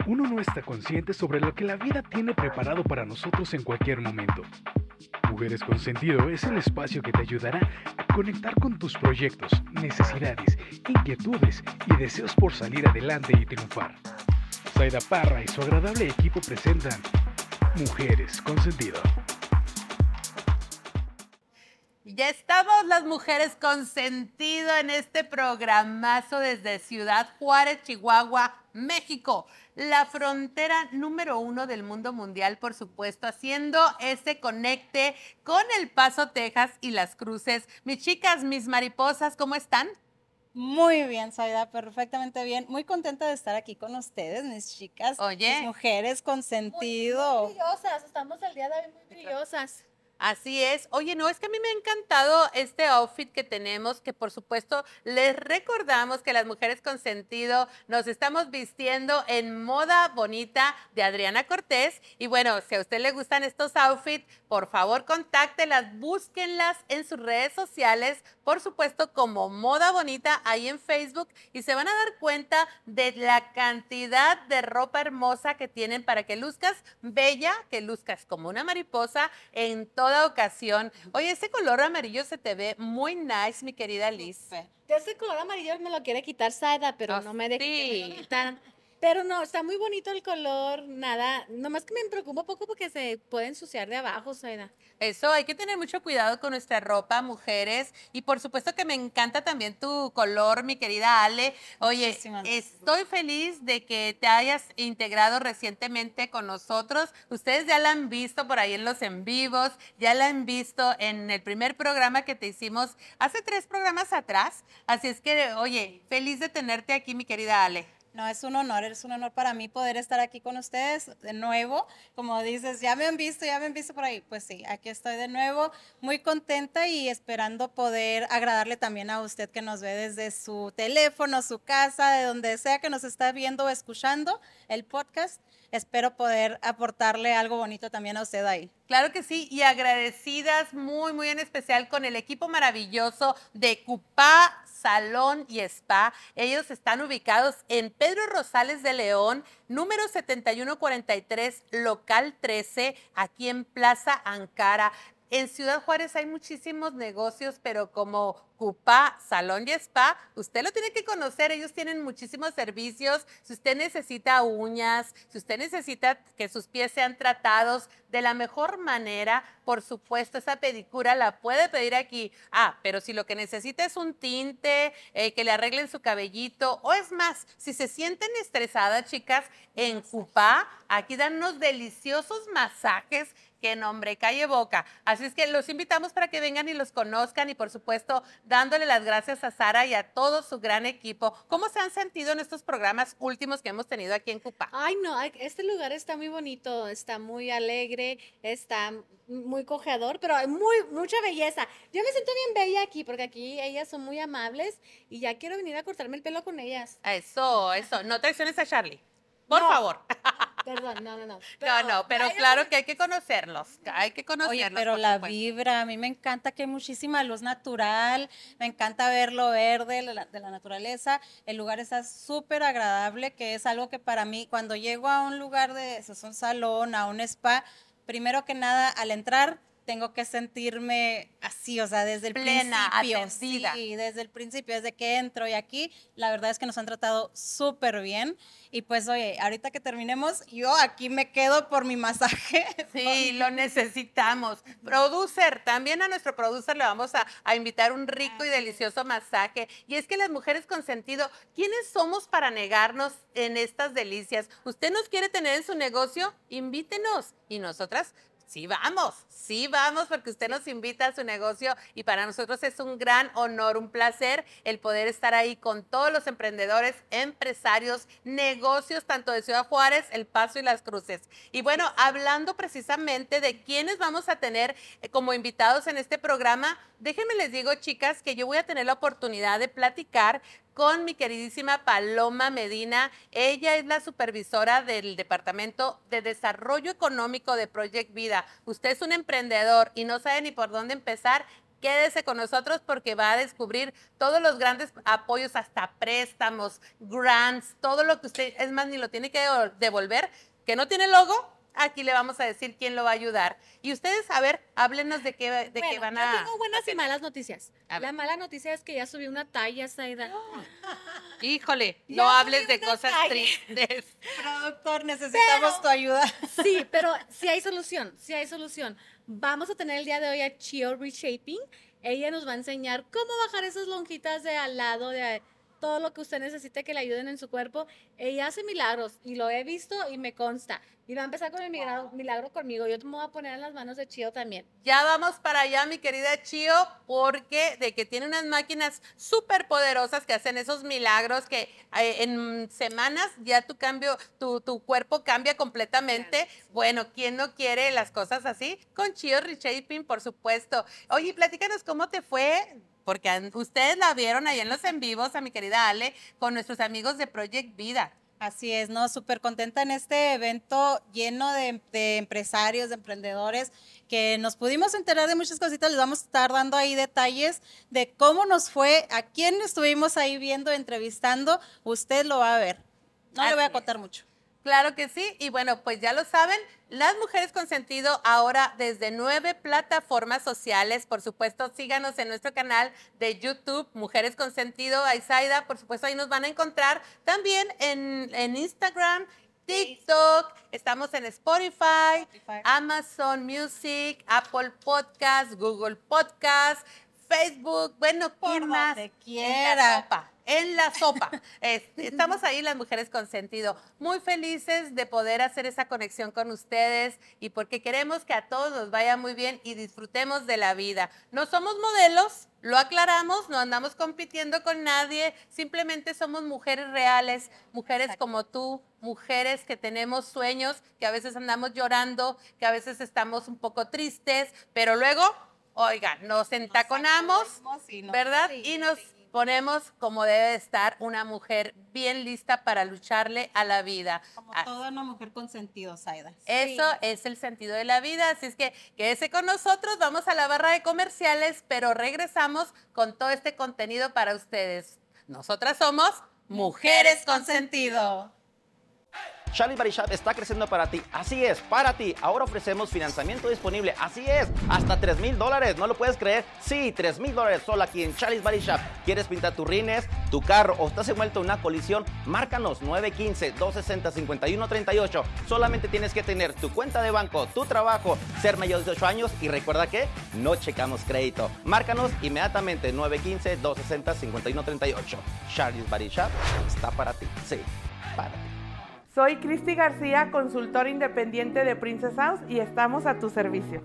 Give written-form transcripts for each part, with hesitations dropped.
Uno no está consciente sobre lo que la vida tiene preparado para nosotros en cualquier momento. Mujeres con Sentido es el espacio que te ayudará a conectar con tus proyectos, necesidades, inquietudes y deseos por salir adelante y triunfar. Zaida Parra y su agradable equipo presentan Mujeres con Sentido. Ya estamos las mujeres con sentido en este programazo desde Ciudad Juárez, Chihuahua, México, la frontera número 1 del mundo mundial, por supuesto, haciendo ese conecte con El Paso, Texas y Las Cruces. Mis chicas, mis mariposas, ¿cómo están? Muy bien, Zaida, perfectamente bien. Muy contenta de estar aquí con ustedes, mis chicas, Oye. mis mujeres con sentido. Muy brillosas, estamos el día de hoy muy brillosas. Así es. Oye, no, es que a mí me ha encantado este outfit que tenemos, que por supuesto les recordamos que las mujeres con sentido nos estamos vistiendo en moda bonita de Adriana Cortés. Y bueno, si a usted le gustan estos outfits, por favor contáctelas, búsquenlas en sus redes sociales, por supuesto como Moda Bonita ahí en Facebook, y se van a dar cuenta de la cantidad de ropa hermosa que tienen para que luzcas bella, que luzcas como una mariposa en toda ocasión. Oye, ese color amarillo se te ve muy nice, mi querida Liz. De ese color amarillo me lo quiere quitar Saida, pero Oh, no me deja que me sí. lo quitaran. Pero no, está muy bonito el color, nada. Nomás que me preocupa un poco porque se puede ensuciar de abajo, Saida. Eso, hay que tener mucho cuidado con nuestra ropa, mujeres. Y por supuesto que me encanta también tu color, mi querida Ale. Oye, Muchísimas gracias. estoy feliz de que te hayas integrado recientemente con nosotros. Ustedes ya la han visto por ahí en los en vivos, ya la han visto en el primer programa que te hicimos hace 3 programas atrás. Así es que, oye, feliz de tenerte aquí, mi querida Ale. No, es un honor para mí poder estar aquí con ustedes de nuevo. Como dices, ya me han visto por ahí. Pues sí, aquí estoy de nuevo, muy contenta y esperando poder agradarle también a usted que nos ve desde su teléfono, su casa, de donde sea que nos está viendo o escuchando el podcast. Espero poder aportarle algo bonito también a usted ahí. Claro que sí, y agradecidas muy, muy en especial con el equipo maravilloso de Cupá Salón y Spa. Ellos están ubicados en Pedro Rosales de León, número 7143, local 13, aquí en Plaza Ankara. En Ciudad Juárez hay muchísimos negocios, pero como Cupá Salón y Spa, usted lo tiene que conocer. Ellos tienen muchísimos servicios. Si usted necesita uñas, si usted necesita que sus pies sean tratados de la mejor manera, por supuesto, esa pedicura la puede pedir aquí. Ah, pero si lo que necesita es un tinte, que le arreglen su cabellito, o es más, si se sienten estresadas, chicas, en Cupá, aquí dan unos deliciosos masajes que nombre, calle boca. Así es que los invitamos para que vengan y los conozcan y por supuesto dándole las gracias a Sara y a todo su gran equipo. ¿Cómo se han sentido en estos programas últimos que hemos tenido aquí en Cupá? Ay, no, este lugar está muy bonito, está muy alegre, está muy cojeador, pero hay mucha belleza. Yo me siento bien bella aquí porque aquí ellas son muy amables y ya quiero venir a cortarme el pelo con ellas. Eso, eso. No traiciones a Charlie. Por No. favor. Perdón, no. No, pero ellas claro son- que hay que conocerlos. Hay que conocerlos. Oye, pero por la supuesto. vibra, a mí me encanta que hay muchísima luz natural, me encanta ver lo verde de la naturaleza, el lugar está súper agradable, que es algo que para mí, cuando llego a un lugar de eso, es un salón, a un spa, primero que nada, al entrar, tengo que sentirme así, o sea, desde el Plena, principio. atendida. Sí, desde el principio, desde que entro y aquí, la verdad es que nos han tratado súper bien. Y pues, oye, ahorita que terminemos, yo aquí me quedo por mi masaje. Sí, lo necesitamos. Producer, también a nuestro producer le vamos a invitar un rico y delicioso masaje. Y es que las mujeres con sentido, ¿quiénes somos para negarnos en estas delicias? ¿Usted nos quiere tener en su negocio? Invítenos. Y nosotras sí vamos, porque usted nos invita a su negocio y para nosotros es un gran honor, un placer el poder estar ahí con todos los emprendedores, empresarios, negocios, tanto de Ciudad Juárez, El Paso y Las Cruces. Y bueno, hablando precisamente de quiénes vamos a tener como invitados en este programa, déjenme les digo, chicas, que yo voy a tener la oportunidad de platicar con mi queridísima Paloma Medina. Ella es la supervisora del Departamento de Desarrollo Económico de Project Vida. Usted es un emprendedor y no sabe ni por dónde empezar. Quédese con nosotros porque va a descubrir todos los grandes apoyos, hasta préstamos, grants, todo lo que usted, es más, ni lo tiene que devolver, que no tiene logo. Aquí le vamos a decir quién lo va a ayudar. Y ustedes, a ver, háblenos de qué van a... Yo tengo buenas y hacer. malas noticias. A ver. La mala noticia es que ya subí una talla, Zaida. Híjole, Ya no subí hables de una cosas talla. tristes. Productor, necesitamos tu ayuda. Sí, pero sí hay solución, sí hay solución. Vamos a tener el día de hoy a Chio Reshaping. Ella nos va a enseñar cómo bajar esas lonjitas de al lado, de todo lo que usted necesite que le ayuden en su cuerpo. Ella hace milagros y lo he visto y me consta. Y va a empezar con el milagro conmigo. Yo me voy a poner en las manos de Chio también. Ya vamos para allá, mi querida Chio, porque de que tiene unas máquinas súper poderosas que hacen esos milagros que en semanas ya tu cuerpo cambia completamente. Bueno, ¿quién no quiere las cosas así? Con Chio Reshaping, por supuesto. Oye, platícanos cómo te fue, porque ustedes la vieron ahí en los en vivos a mi querida Ale con nuestros amigos de Project Vida. Así es, ¿no? Súper contenta en este evento lleno de empresarios, de emprendedores, que nos pudimos enterar de muchas cositas. Les vamos a estar dando ahí detalles de cómo nos fue, a quién estuvimos ahí viendo, entrevistando. Usted lo va a ver. No le voy a Así contar mucho. Claro que sí, y bueno, pues ya lo saben, las mujeres con sentido ahora desde 9 plataformas sociales, por supuesto, síganos en nuestro canal de YouTube, Mujeres con Sentido, Aizaida, por supuesto, ahí nos van a encontrar, también en Instagram, TikTok, estamos en Spotify, Amazon Music, Apple Podcast, Google Podcast, Facebook, bueno, ¿quién más? Donde quiera. En la sopa. Estamos ahí las mujeres con sentido, muy felices de poder hacer esa conexión con ustedes y porque queremos que a todos nos vaya muy bien y disfrutemos de la vida. No somos modelos, lo aclaramos, no andamos compitiendo con nadie, simplemente somos mujeres reales, mujeres como tú, mujeres que tenemos sueños, que a veces andamos llorando, que a veces estamos un poco tristes, pero luego, oigan, nos entaconamos, ¿verdad? Sí, Y nos ponemos como debe de estar una mujer bien lista para lucharle a la vida. Como toda una mujer con sentido, Zaida. Eso es el sentido de la vida, así es que quédese con nosotros, vamos a la barra de comerciales, pero regresamos con todo este contenido para ustedes. Nosotras somos Mujeres con Sentido. Charlie's Body Shop está creciendo para ti. Así es, para ti. Ahora ofrecemos financiamiento disponible. Así es, hasta $3,000. ¿No lo puedes creer? Sí, $3,000 solo aquí en Charlie's Body Shop. ¿Quieres pintar tus rines, tu carro o estás envuelto en una colisión? Márcanos 915-260-5138. Solamente tienes que tener tu cuenta de banco, tu trabajo, ser mayor de 18 años y recuerda que no checamos crédito. Márcanos inmediatamente 915-260-5138. Charlie's Body Shop está para ti. Sí, para ti. Soy Cristi García, consultor independiente de Princess House y estamos a tu servicio.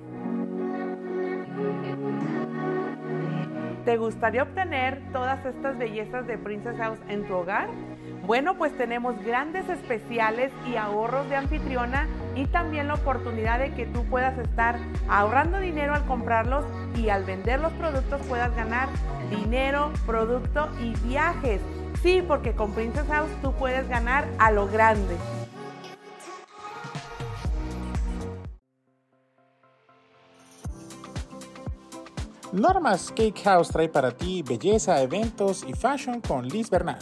¿Te gustaría obtener todas estas bellezas de Princess House en tu hogar? Bueno, pues tenemos grandes especiales y ahorros de anfitriona y también la oportunidad de que tú puedas estar ahorrando dinero al comprarlos y al vender los productos puedas ganar dinero, producto y viajes. Sí, porque con Princess House tú puedes ganar a lo grande. Norma's Cake House trae para ti belleza, eventos y fashion con Liz Bernal.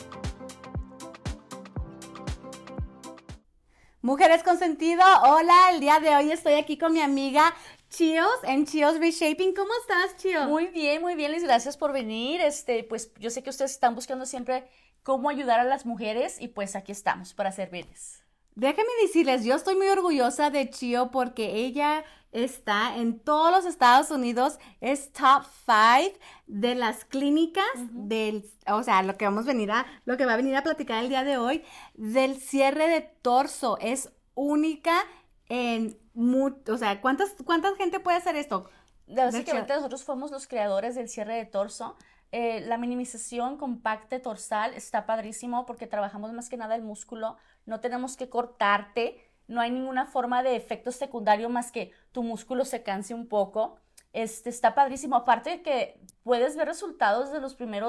Mujeres con sentido, hola, el día de hoy estoy aquí con mi amiga Chios en Chios Reshaping. ¿Cómo estás, Chio? Muy bien, Liz, gracias por venir. Pues yo sé que ustedes están buscando siempre cómo ayudar a las mujeres y pues aquí estamos para servirles. Déjenme decirles, yo estoy muy orgullosa de Chio porque ella está en todos los Estados Unidos, es top 5 de las clínicas o sea, lo que va a venir a platicar el día de hoy, del cierre de torso. Es única o sea, ¿cuánta gente puede hacer esto? Básicamente nosotros fuimos los creadores del cierre de torso. La minimización compacta torsal está padrísimo porque trabajamos más que nada el músculo, no tenemos que cortarte, no hay ninguna forma de efecto secundario más que tu músculo se canse un poco. Está padrísimo, aparte de que puedes ver resultados de los primeros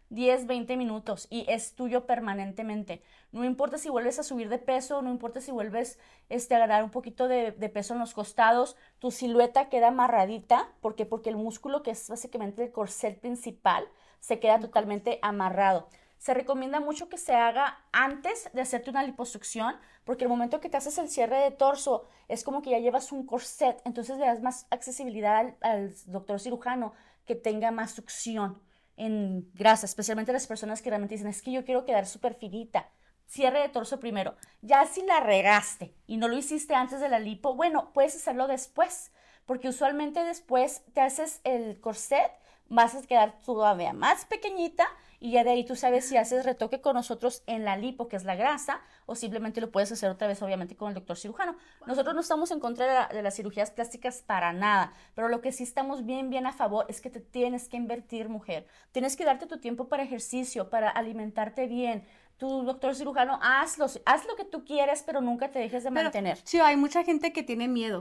10, 20 minutos y es tuyo permanentemente. No importa si vuelves a subir de peso, no importa si vuelves a ganar un poquito de peso en los costados, tu silueta queda amarradita, porque el músculo, que es básicamente el corset principal, se queda totalmente amarrado. Se recomienda mucho que se haga antes de hacerte una liposucción, porque el momento que te haces el cierre de torso es como que ya llevas un corset, entonces le das más accesibilidad al doctor cirujano que tenga más succión en grasa, especialmente las personas que realmente dicen, es que yo quiero quedar súper finita. Cierre de torso primero. Ya si la regaste y no lo hiciste antes de la lipo, bueno, puedes hacerlo después, porque usualmente después te haces el corset, vas a quedar todavía más pequeñita y ya de ahí tú sabes si haces retoque con nosotros en la lipo, que es la grasa, o simplemente lo puedes hacer otra vez, obviamente, con el doctor cirujano. Nosotros no estamos en contra de las cirugías plásticas para nada, pero lo que sí estamos bien a favor es que te tienes que invertir, mujer. Tienes que darte tu tiempo para ejercicio, para alimentarte bien. Tu doctor cirujano, haz lo que tú quieres, pero nunca te dejes de mantener. Sí, hay mucha gente que tiene miedo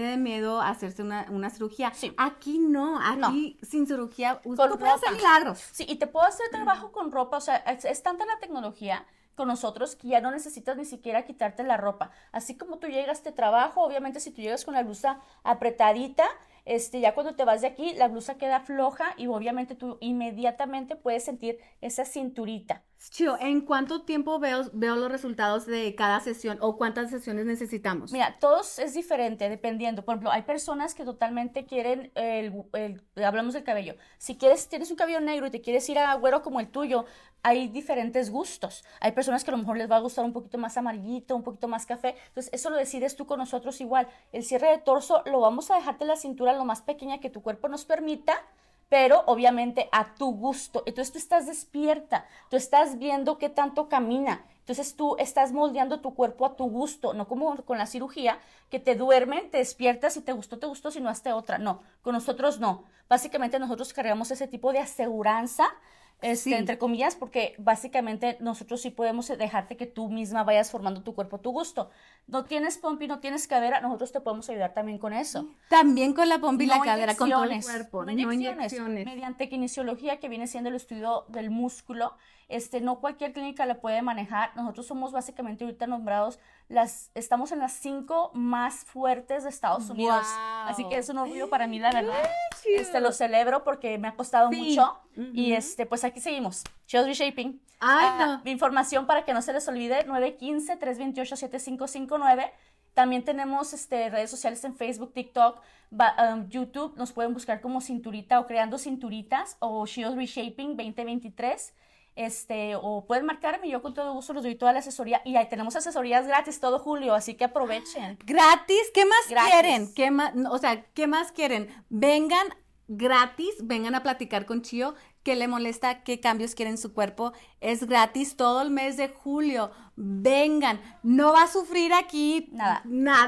a hacerse una cirugía. Sí. Aquí no, sin cirugía, tú puedes hacer milagros. Sí, y te puedo hacer trabajo con ropa, o sea, es tanta la tecnología con nosotros que ya no necesitas ni siquiera quitarte la ropa. Así como tú llegas de trabajo, obviamente si tú llegas con la blusa apretadita, ya cuando te vas de aquí, la blusa queda floja y obviamente tú inmediatamente puedes sentir esa cinturita. Chio, ¿en cuánto tiempo veo los resultados de cada sesión o cuántas sesiones necesitamos? Mira, todos es diferente dependiendo. Por ejemplo, hay personas que totalmente quieren hablamos del cabello. Si tienes un cabello negro y te quieres ir a güero como el tuyo, hay diferentes gustos. Hay personas que a lo mejor les va a gustar un poquito más amarillito, un poquito más café. Entonces, eso lo decides tú con nosotros igual. El cierre de torso lo vamos a dejarte la cintura lo más pequeña que tu cuerpo nos permita, pero obviamente a tu gusto. Entonces tú estás despierta, tú estás viendo qué tanto camina. Entonces tú estás moldeando tu cuerpo a tu gusto, no como con la cirugía, que te duermen, te despiertas, si te gustó, si no hazte otra. No, con nosotros no. Básicamente nosotros cargamos ese tipo de aseguranza, sí, entre comillas, porque básicamente nosotros sí podemos dejarte que tú misma vayas formando tu cuerpo a tu gusto. No tienes pompi, no tienes cadera, nosotros te podemos ayudar también con eso. También con la pompi y la cadera, con todo el cuerpo. No inyecciones. Mediante kinesiología, que viene siendo el estudio del músculo, no cualquier clínica la puede manejar. Nosotros somos básicamente ahorita nombrados, estamos en las 5 más fuertes de Estados Unidos. Así que es un orgullo para mí, la verdad. Lo celebro porque me ha costado mucho. Y pues aquí seguimos. Chio's Reshaping. Mi información para que no se les olvide, 915-328-7559. También tenemos redes sociales en Facebook, TikTok, YouTube. Nos pueden buscar como Cinturita o Creando Cinturitas o Chio's Reshaping 2023. O pueden marcarme, yo con todo gusto les doy toda la asesoría y ahí tenemos asesorías gratis todo julio, así que aprovechen. ¿Gratis? ¿Qué más quieren? ¿Qué más quieren? Vengan gratis, vengan a platicar con Chio, qué le molesta, qué cambios quiere en su cuerpo. Es gratis todo el mes de julio. Vengan, no va a sufrir aquí nada,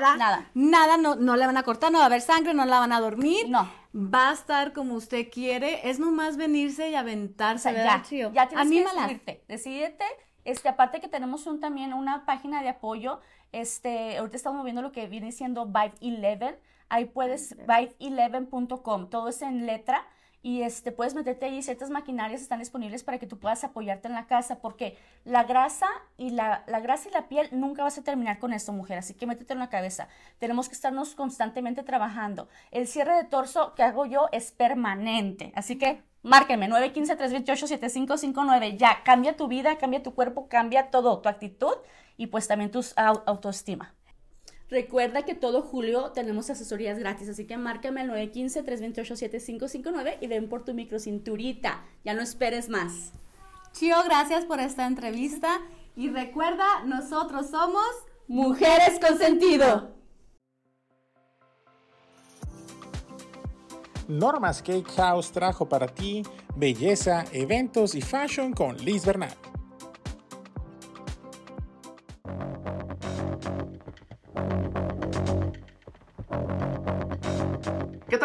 no le van a cortar, no va a haber sangre, no la van a dormir. No. Va a estar como usted quiere, es nomás venirse y aventarse, ¿verdad, Chio? Ya tienes que decidirte, decídete. Aparte que tenemos también una página de apoyo, ahorita estamos viendo lo que viene siendo Vibe 11, ahí puedes, vibe11.com, todo es en letra, y puedes meterte ahí, ciertas maquinarias están disponibles para que tú puedas apoyarte en la casa, porque la grasa y la piel nunca vas a terminar con esto, mujer, así que métete en la cabeza. Tenemos que estarnos constantemente trabajando. El cierre de torso que hago yo es permanente, así que márquenme, 915-328-7559, ya, cambia tu vida, cambia tu cuerpo, cambia todo, tu actitud y pues también tu autoestima. Recuerda que todo julio tenemos asesorías gratis, así que márcame al 915-328-7559 y ven por tu microcinturita. Ya no esperes más. Chio, gracias por esta entrevista y recuerda, nosotros somos Mujeres con Sentido. Norma's Cake House trajo para ti belleza, eventos y fashion con Liz Bernal. ¿Qué tal,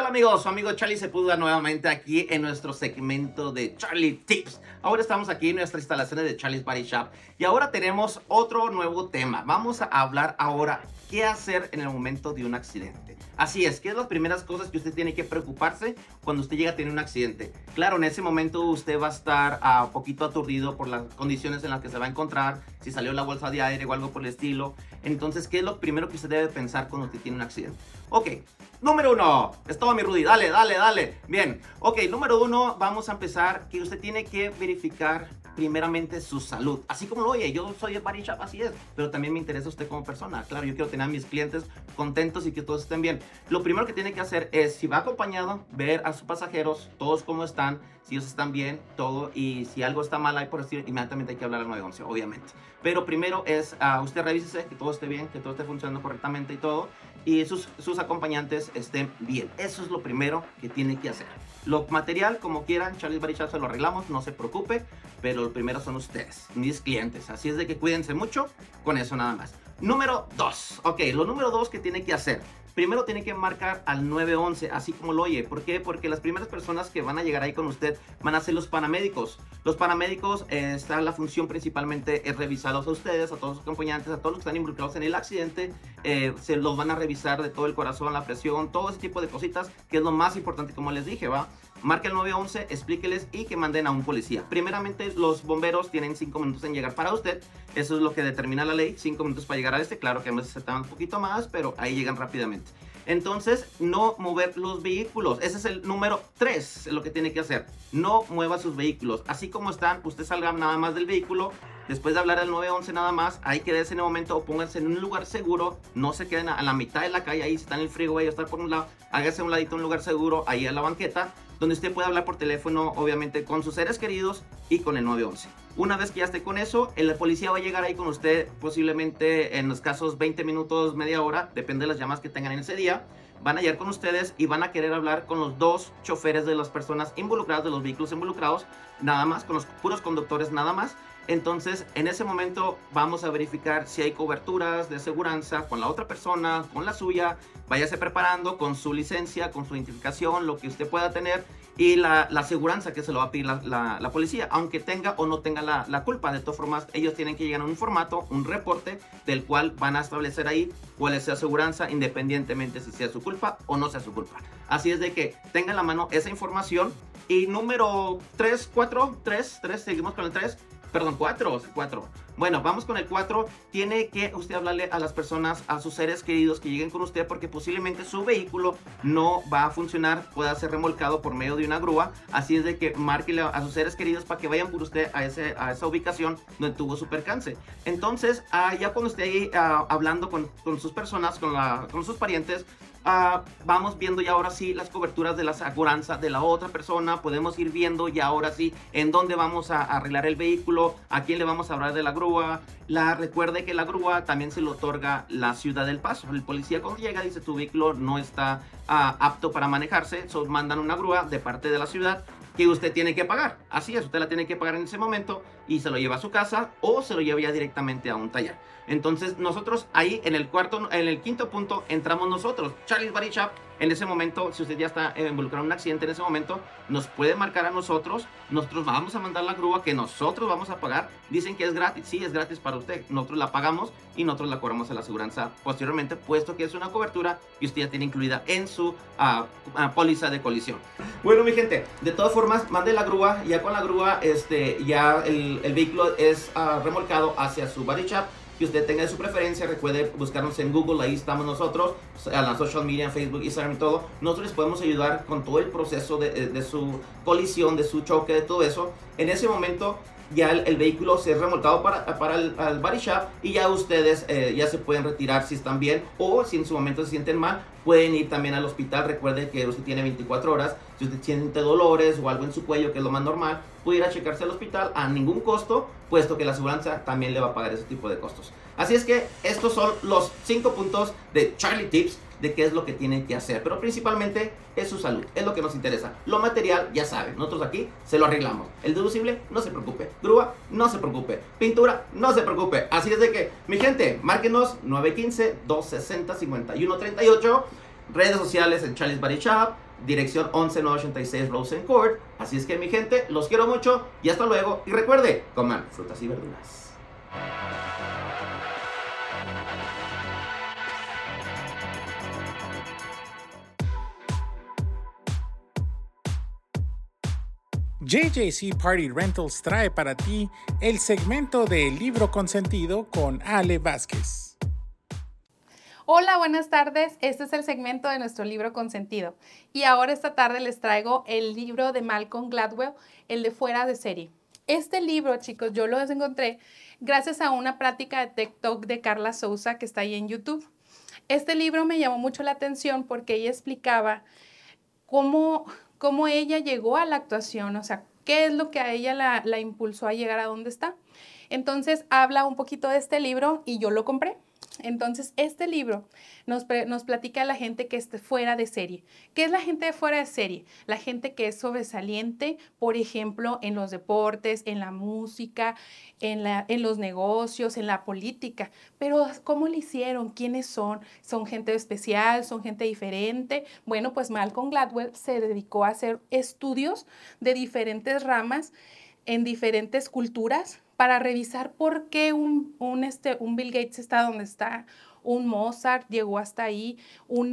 amigos? Su amigo Charlie Sepúlveda nuevamente aquí en nuestro segmento de Charlie Tips. Ahora estamos aquí en nuestras instalaciones de Charlie's Body Shop y ahora tenemos otro nuevo tema. Vamos a hablar ahora qué hacer en el momento de un accidente. Así es, ¿qué es las primeras cosas que usted tiene que preocuparse cuando usted llega a tener un accidente? Claro, en ese momento usted va a estar un poquito aturdido por las condiciones en las que se va a encontrar, si salió la bolsa de aire o algo por el estilo. Entonces, ¿qué es lo primero que usted debe pensar cuando usted tiene un accidente? Ok, número 1. Es todo, mi Rudy. Dale. Bien. Ok, número 1, vamos a empezar que usted tiene que verificar primeramente su salud. Así como lo oye, yo soy el Body Shop, así es. Pero también me interesa usted como persona. Claro, yo quiero tener a mis clientes contentos y que todos estén bien. Lo primero que tiene que hacer es, si va acompañado, ver a sus pasajeros, todos cómo están, si ellos están bien, todo. Y si algo está mal ahí por decir, inmediatamente hay que hablar al 911, obviamente. Pero primero es, usted revísese que todo esté bien, que todo esté funcionando correctamente y todo. Y sus acompañantes estén bien. Eso es lo primero que tiene que hacer. Lo material, como quieran, Charlie's Body Shop se lo arreglamos, no se preocupe. Pero lo primero son ustedes, mis clientes. Así es de que cuídense mucho con eso nada más. Número 2. Ok, lo número 2 que tiene que hacer. Primero tiene que marcar al 911, así como lo oye. ¿Por qué? Porque las primeras personas que van a llegar ahí con usted van a ser los paramédicos. Los paramédicos, la función principalmente es revisarlos a ustedes, a todos sus acompañantes, a todos los que están involucrados en el accidente. Se los van a revisar de todo el corazón, la presión, todo ese tipo de cositas, que es lo más importante, como les dije, ¿va? Marque el 911, explíqueles y que manden a un policía. Primeramente, los bomberos tienen 5 minutos en llegar para usted. Eso es lo que determina la ley, 5 minutos para llegar a este. Claro que a veces se tardan un poquito más, pero ahí llegan rápidamente. Entonces, no mover los vehículos. Ese es el número 3, lo que tiene que hacer. No mueva sus vehículos. Así como están, usted salga nada más del vehículo. Después de hablar al 911 nada más, ahí quédese en el momento o pónganse en un lugar seguro. No se queden a la mitad de la calle, ahí si están en el freeway o estar por un lado. Hágase a un ladito, un lugar seguro, ahí a la banqueta, donde usted puede hablar por teléfono, obviamente, con sus seres queridos y con el 911. Una vez que ya esté con eso, el policía va a llegar ahí con usted posiblemente en los casos 20 minutos, media hora, depende de las llamadas que tengan en ese día. Van a llegar con ustedes y van a querer hablar con los 2 choferes de las personas involucradas, de los vehículos involucrados, nada más, con los puros conductores nada más. Entonces, en ese momento vamos a verificar si hay coberturas de aseguranza con la otra persona, con la suya. Váyase preparando con su licencia, con su identificación, lo que usted pueda tener y la aseguranza que se lo va a pedir la policía, aunque tenga o no tenga la culpa. De todas formas, ellos tienen que llegar a un formato, un reporte, del cual van a establecer ahí cuál es su aseguranza, independientemente si sea su culpa o no sea su culpa. Así es de que tenga en la mano esa información. Y número 3, seguimos con el 3. Perdón, 4. Bueno, vamos con el 4. Tiene que usted hablarle a las personas, a sus seres queridos que lleguen con usted, porque posiblemente su vehículo no va a funcionar, pueda ser remolcado por medio de una grúa. Así es de que márquele a sus seres queridos para que vayan por usted a esa ubicación donde tuvo su percance. Entonces, ya cuando esté ahí hablando con sus personas, con sus parientes, vamos viendo ya ahora sí las coberturas de la aseguranza de la otra persona. Podemos ir viendo ya ahora sí en dónde vamos a arreglar el vehículo, a quién le vamos a hablar de la grúa. Recuerde que la grúa también se le otorga la ciudad del Paso. El policía cuando llega dice tu vehículo no está apto para manejarse, mandan una grúa de parte de la ciudad que usted tiene que pagar. Así es, usted la tiene que pagar en ese momento y se lo lleva a su casa o se lo lleva ya directamente a un taller. Entonces nosotros ahí en el quinto punto entramos nosotros, Charlie's Body Shop. En ese momento, si usted ya está involucrado en un accidente en ese momento, nos puede marcar a nosotros. Nosotros vamos a mandar la grúa que nosotros vamos a pagar. Dicen que es gratis. Sí, es gratis para usted. Nosotros la pagamos y nosotros la cobramos a la aseguranza posteriormente, puesto que es una cobertura que usted ya tiene incluida en su póliza de colisión. Bueno, mi gente, de todas formas, mande la grúa. Ya con la grúa, ya el vehículo es remolcado hacia su body shop. Que usted tenga de su preferencia, recuerde buscarnos en Google, ahí estamos nosotros, a la social media, en Facebook, Instagram y todo. Nosotros les podemos ayudar con todo el proceso de su colisión, de su choque, de todo eso. En ese momento ya el vehículo se es remolcado para el body shop y ya ustedes ya se pueden retirar si están bien, o si en su momento se sienten mal, pueden ir también al hospital. Recuerde que usted tiene 24 horas. Si usted siente dolores o algo en su cuello, que es lo más normal, puede ir a checarse al hospital a ningún costo, puesto que la aseguranza también le va a pagar ese tipo de costos. Así es que estos son los 5 puntos de Charlie Tips de qué es lo que tienen que hacer, pero principalmente es su salud, es lo que nos interesa. Lo material, ya saben, nosotros aquí se lo arreglamos. El deducible, no se preocupe. Grúa, no se preocupe. Pintura, no se preocupe. Así es de que, mi gente, márquenos 915-260-5138. Redes sociales en Charlie's Body Shop. dirección 11986 Rosen Court. Así es que mi gente, los quiero mucho y hasta luego. Y recuerde, coman frutas y verduras. JJC Party Rentals trae para ti el segmento de Libro Consentido con Ale Vázquez. Hola, buenas tardes. Este es el segmento de nuestro libro consentido. Y ahora esta tarde les traigo el libro de Malcolm Gladwell, el de Fuera de Serie. Este libro, chicos, yo lo encontré gracias a una práctica de TikTok de Carla Souza que está ahí en YouTube. Este libro me llamó mucho la atención porque ella explicaba cómo ella llegó a la actuación, o sea, qué es lo que a ella la impulsó a llegar a donde está. Entonces, habla un poquito de este libro y yo lo compré. Entonces, este libro nos platica a la gente que esté fuera de serie. ¿Qué es la gente de fuera de serie? La gente que es sobresaliente, por ejemplo, en los deportes, en la música, en los negocios, en la política. Pero, ¿cómo lo hicieron? ¿Quiénes son? ¿Son gente especial? ¿Son gente diferente? Bueno, pues Malcolm Gladwell se dedicó a hacer estudios de diferentes ramas en diferentes culturas para revisar por qué un Bill Gates está donde está, un Mozart llegó hasta ahí, un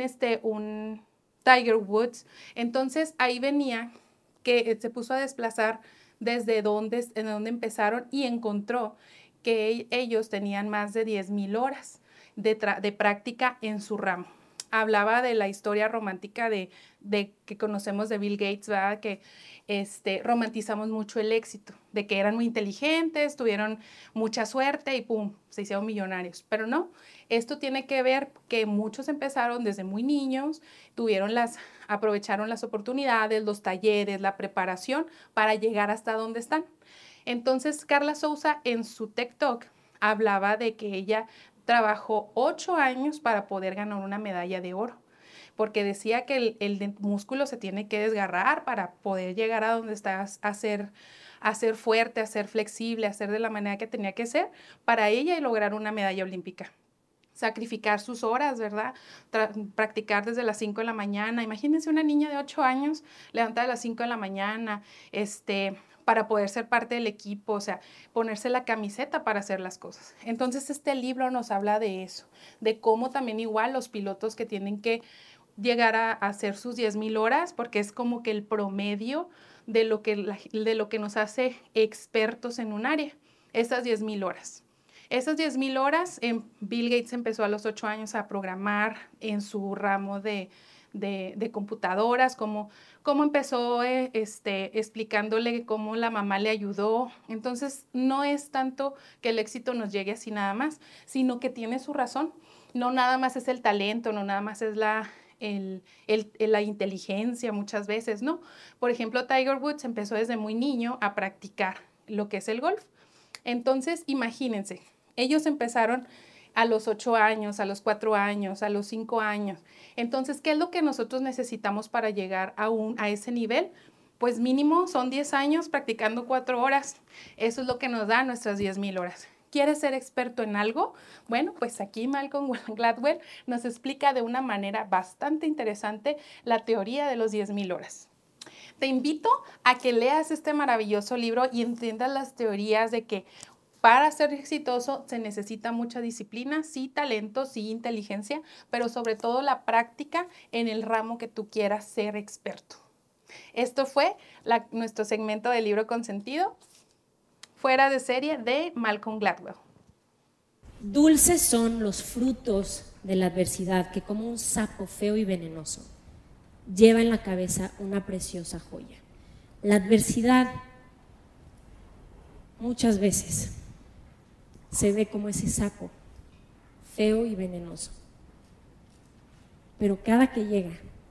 Tiger Woods. Entonces ahí venía que se puso a desplazar desde donde empezaron y encontró que ellos tenían más de 10,000 horas de práctica en su ramo. Hablaba de la historia romántica de que conocemos de Bill Gates, ¿verdad? Que romantizamos mucho el éxito, de que eran muy inteligentes, tuvieron mucha suerte y ¡pum!, se hicieron millonarios. Pero no, esto tiene que ver que muchos empezaron desde muy niños, aprovecharon las oportunidades, los talleres, la preparación para llegar hasta donde están. Entonces, Carla Souza en su TikTok hablaba de que ella trabajó 8 años para poder ganar una medalla de oro, porque decía que el músculo se tiene que desgarrar para poder llegar a donde estás, a ser fuerte, a ser flexible, a ser de la manera que tenía que ser para ella y lograr una medalla olímpica. Sacrificar sus horas, ¿verdad? Practicar desde las 5 de la mañana. Imagínense una niña de 8 años levantada a las 5 de la mañana, para poder ser parte del equipo, o sea, ponerse la camiseta para hacer las cosas. Entonces, este libro nos habla de eso, de cómo también igual los pilotos que tienen que llegar a hacer sus 10,000 horas, porque es como que el promedio de lo que nos hace expertos en un área, esas 10,000 horas. Esas 10,000 horas, Bill Gates empezó a los 8 años a programar en su ramo de computadoras, cómo empezó explicándole cómo la mamá le ayudó. Entonces, no es tanto que el éxito nos llegue así nada más, sino que tiene su razón. No nada más es el talento, no nada más es la inteligencia muchas veces, ¿no? Por ejemplo, Tiger Woods empezó desde muy niño a practicar lo que es el golf. Entonces, imagínense, ellos empezaron a los 8 años, a los 4 años, a los 5 años. Entonces, ¿qué es lo que nosotros necesitamos para llegar a ese nivel? Pues mínimo son 10 años practicando 4 horas. Eso es lo que nos da nuestras 10,000 horas. ¿Quieres ser experto en algo? Bueno, pues aquí Malcolm Gladwell nos explica de una manera bastante interesante la teoría de los 10,000 horas. Te invito a que leas este maravilloso libro y entiendas las teorías de que para ser exitoso se necesita mucha disciplina, sí talento, sí inteligencia, pero sobre todo la práctica en el ramo que tú quieras ser experto. Esto fue nuestro segmento de Libro Consentido, Fuera de Serie, de Malcolm Gladwell. Dulces son los frutos de la adversidad que, como un sapo feo y venenoso, lleva en la cabeza una preciosa joya. La adversidad muchas veces se ve como ese sapo feo y venenoso, pero cada que llega,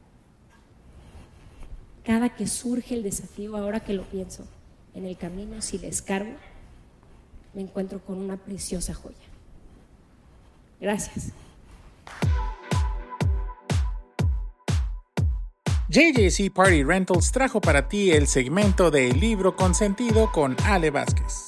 cada que surge el desafío, ahora que lo pienso, en el camino, si le escarbo, me encuentro con una preciosa joya. Gracias. JJC Party Rentals trajo para ti el segmento de Libro Consentido con Ale Vázquez.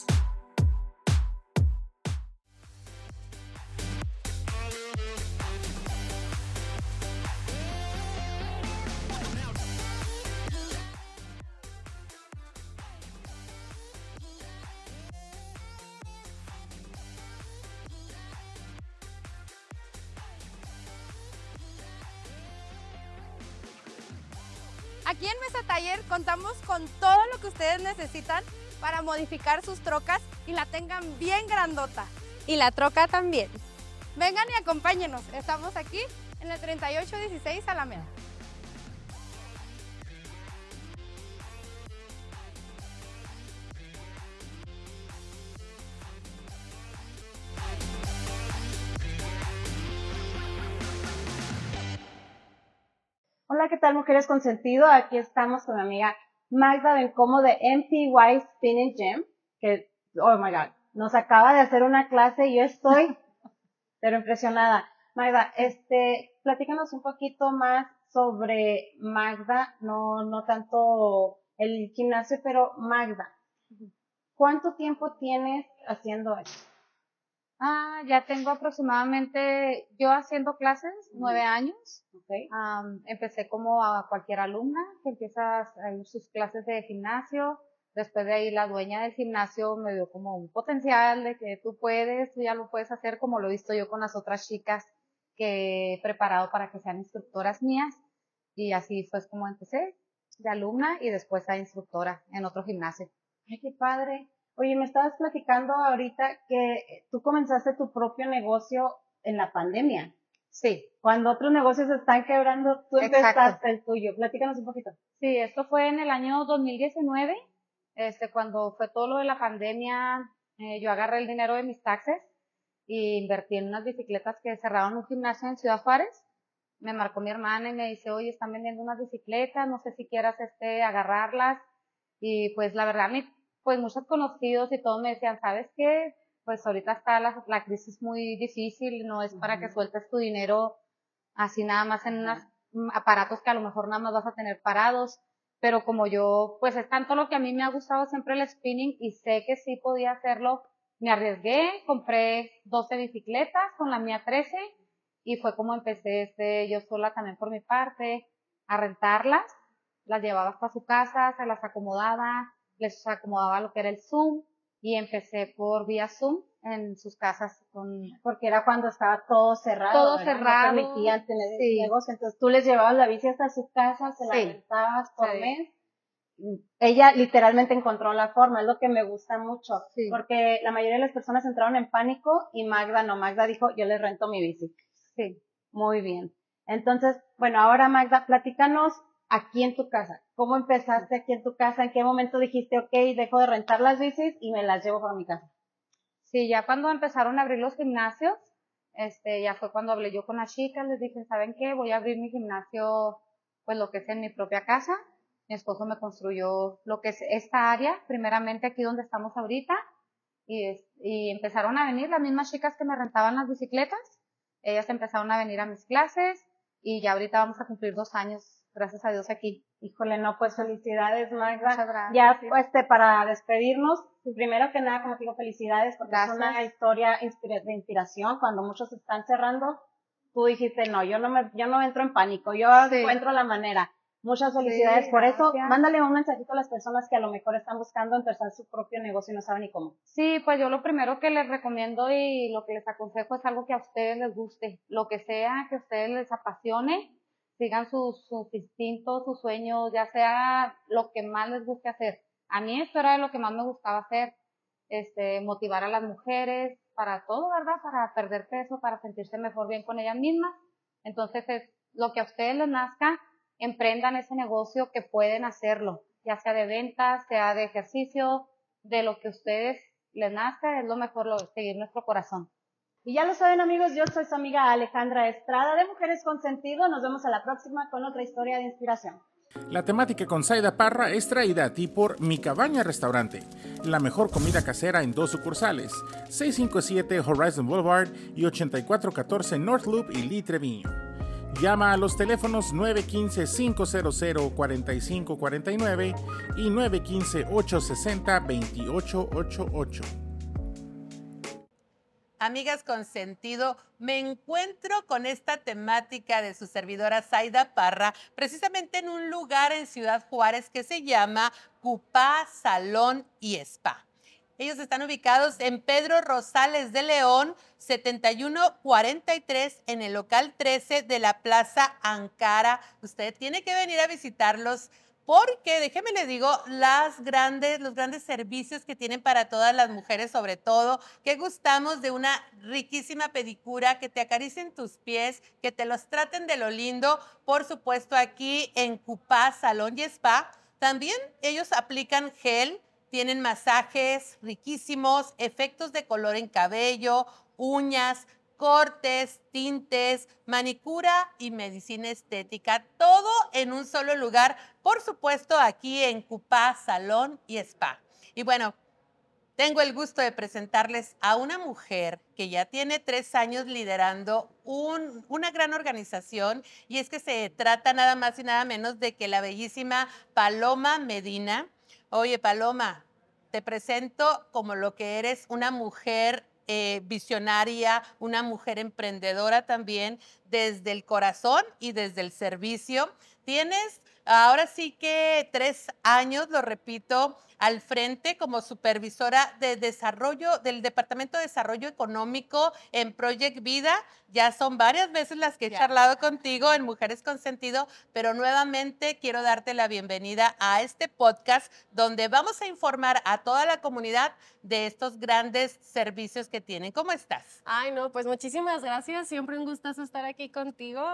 Aquí en Mesa Taller contamos con todo lo que ustedes necesitan para modificar sus trocas y la tengan bien grandota. Y la troca también. Vengan y acompáñenos. Estamos aquí en el 3816 Alameda. Hola, ¿qué tal, mujeres con sentido? Aquí estamos con mi amiga Magda Bencomo de MTY Spinning Gym, que, oh my God, nos acaba de hacer una clase y yo estoy, pero impresionada. Magda, platícanos un poquito más sobre Magda, no tanto el gimnasio, pero Magda, ¿cuánto tiempo tienes haciendo esto? Ya tengo aproximadamente, yo haciendo clases, 9 años. Okay. Empecé como a cualquier alumna que empieza a ir sus clases de gimnasio. Después de ahí la dueña del gimnasio me dio como un potencial de que tú ya lo puedes hacer, como lo he visto yo con las otras chicas que he preparado para que sean instructoras mías. Y así fue como empecé, de alumna y después a instructora en otro gimnasio. Ay, qué padre. Oye, me estabas platicando ahorita que tú comenzaste tu propio negocio en la pandemia. Sí. Cuando otros negocios están quebrando, tú empezaste el tuyo. Platícanos un poquito. Sí, esto fue en el año 2019, cuando fue todo lo de la pandemia. Yo agarré el dinero de mis taxes e invertí en unas bicicletas que cerraron un gimnasio en Ciudad Juárez. Me marcó mi hermana y me dice, oye, están vendiendo unas bicicletas, no sé si quieras agarrarlas. Y pues la verdad, pues muchos conocidos y todos me decían, ¿sabes qué? Pues ahorita está la crisis muy difícil, no es para que sueltes tu dinero así nada más en unos aparatos que a lo mejor nada más vas a tener parados, pero como yo, pues es tanto lo que a mí me ha gustado siempre el spinning y sé que sí podía hacerlo, me arriesgué, compré 12 bicicletas con la mía 13 y fue como empecé yo sola también por mi parte a rentarlas, las llevaba hasta su casa, se las acomodaba, les acomodaba lo que era el Zoom y empecé por vía Zoom en sus casas porque era cuando estaba todo cerrado. Todo cerrado. No permitían tener negocio. Entonces tú les llevabas la bici hasta su casa, se la rentabas por mes. Ella literalmente encontró la forma, es lo que me gusta mucho. Sí. Porque la mayoría de las personas entraron en pánico y Magda no. Magda dijo, yo les rento mi bici. Sí. Muy bien. Entonces, bueno, ahora Magda, platícanos aquí en tu casa. ¿Cómo empezaste aquí en tu casa? ¿En qué momento dijiste, ok, dejo de rentar las bicis y me las llevo para mi casa? Sí, ya cuando empezaron a abrir los gimnasios, ya fue cuando hablé yo con las chicas, les dije, ¿saben qué? Voy a abrir mi gimnasio, pues lo que es en mi propia casa. Mi esposo me construyó lo que es esta área, primeramente aquí donde estamos ahorita, y empezaron a venir las mismas chicas que me rentaban las bicicletas, ellas empezaron a venir a mis clases, y ya ahorita vamos a cumplir 2 años, gracias a Dios, aquí. Híjole, no, pues felicidades, Magda. Muchas gracias. Ya, para despedirnos, primero que nada, como te digo, felicidades, porque es una historia de inspiración. Cuando muchos están cerrando, tú dijiste, no, yo no entro en pánico, yo encuentro la manera. Muchas felicidades por eso. Mándale un mensajito a las personas que a lo mejor están buscando empezar su propio negocio y no saben ni cómo. Sí, pues yo lo primero que les recomiendo y lo que les aconsejo es algo que a ustedes les guste, lo que sea que a ustedes les apasione, sigan sus instintos, sus sueños, ya sea lo que más les guste hacer. A mí esto era lo que más me gustaba hacer, motivar a las mujeres para todo, ¿verdad? Para perder peso, para sentirse mejor bien con ellas mismas. Entonces es lo que a ustedes les nazca, emprendan ese negocio que pueden hacerlo, ya sea de ventas, sea de ejercicio, de lo que a ustedes les nazca, es lo mejor seguir nuestro corazón. Y ya lo saben, amigos, yo soy su amiga Alejandra Estrada de Mujeres con Sentido. Nos vemos a la próxima con otra historia de inspiración. La temática con Zaida Parra es traída a ti por Mi Cabaña Restaurante, la mejor comida casera en 2 sucursales, 657 Horizon Boulevard y 8414 North Loop y Lee Treviño. Llama a los teléfonos 915-500-4549 y 915-860-2888. Amigas con sentido, me encuentro con esta temática de su servidora Zaida Parra, precisamente en un lugar en Ciudad Juárez que se llama Cupá Salón y Spa. Ellos están ubicados en Pedro Rosales de León, 7143, en el local 13 de la Plaza Ankara. Usted tiene que venir a visitarlos porque, déjeme le digo, los grandes servicios que tienen para todas las mujeres, sobre todo, que gustamos de una riquísima pedicura, que te acaricien tus pies, que te los traten de lo lindo. Por supuesto, aquí en Cupá Salón y Spa, también ellos aplican gel, tienen masajes riquísimos, efectos de color en cabello, uñas, cortes, tintes, manicura y medicina estética, todo en un solo lugar, por supuesto aquí en Cupá Salón y Spa. Y bueno, tengo el gusto de presentarles a una mujer que ya tiene 3 años liderando una gran organización, y es que se trata nada más y nada menos de que la bellísima Paloma Medina. Oye, Paloma, te presento como lo que eres, una mujer visionaria, una mujer emprendedora también, desde el corazón y desde el servicio. Tienes ahora sí que 3 años, lo repito, al frente como supervisora de desarrollo del Departamento de Desarrollo Económico en Project Vida. Ya son varias veces las que he charlado contigo en Mujeres con Sentido, pero nuevamente quiero darte la bienvenida a este podcast donde vamos a informar a toda la comunidad de estos grandes servicios que tienen. ¿Cómo estás? Ay, no, pues muchísimas gracias. Siempre un gustazo estar aquí contigo.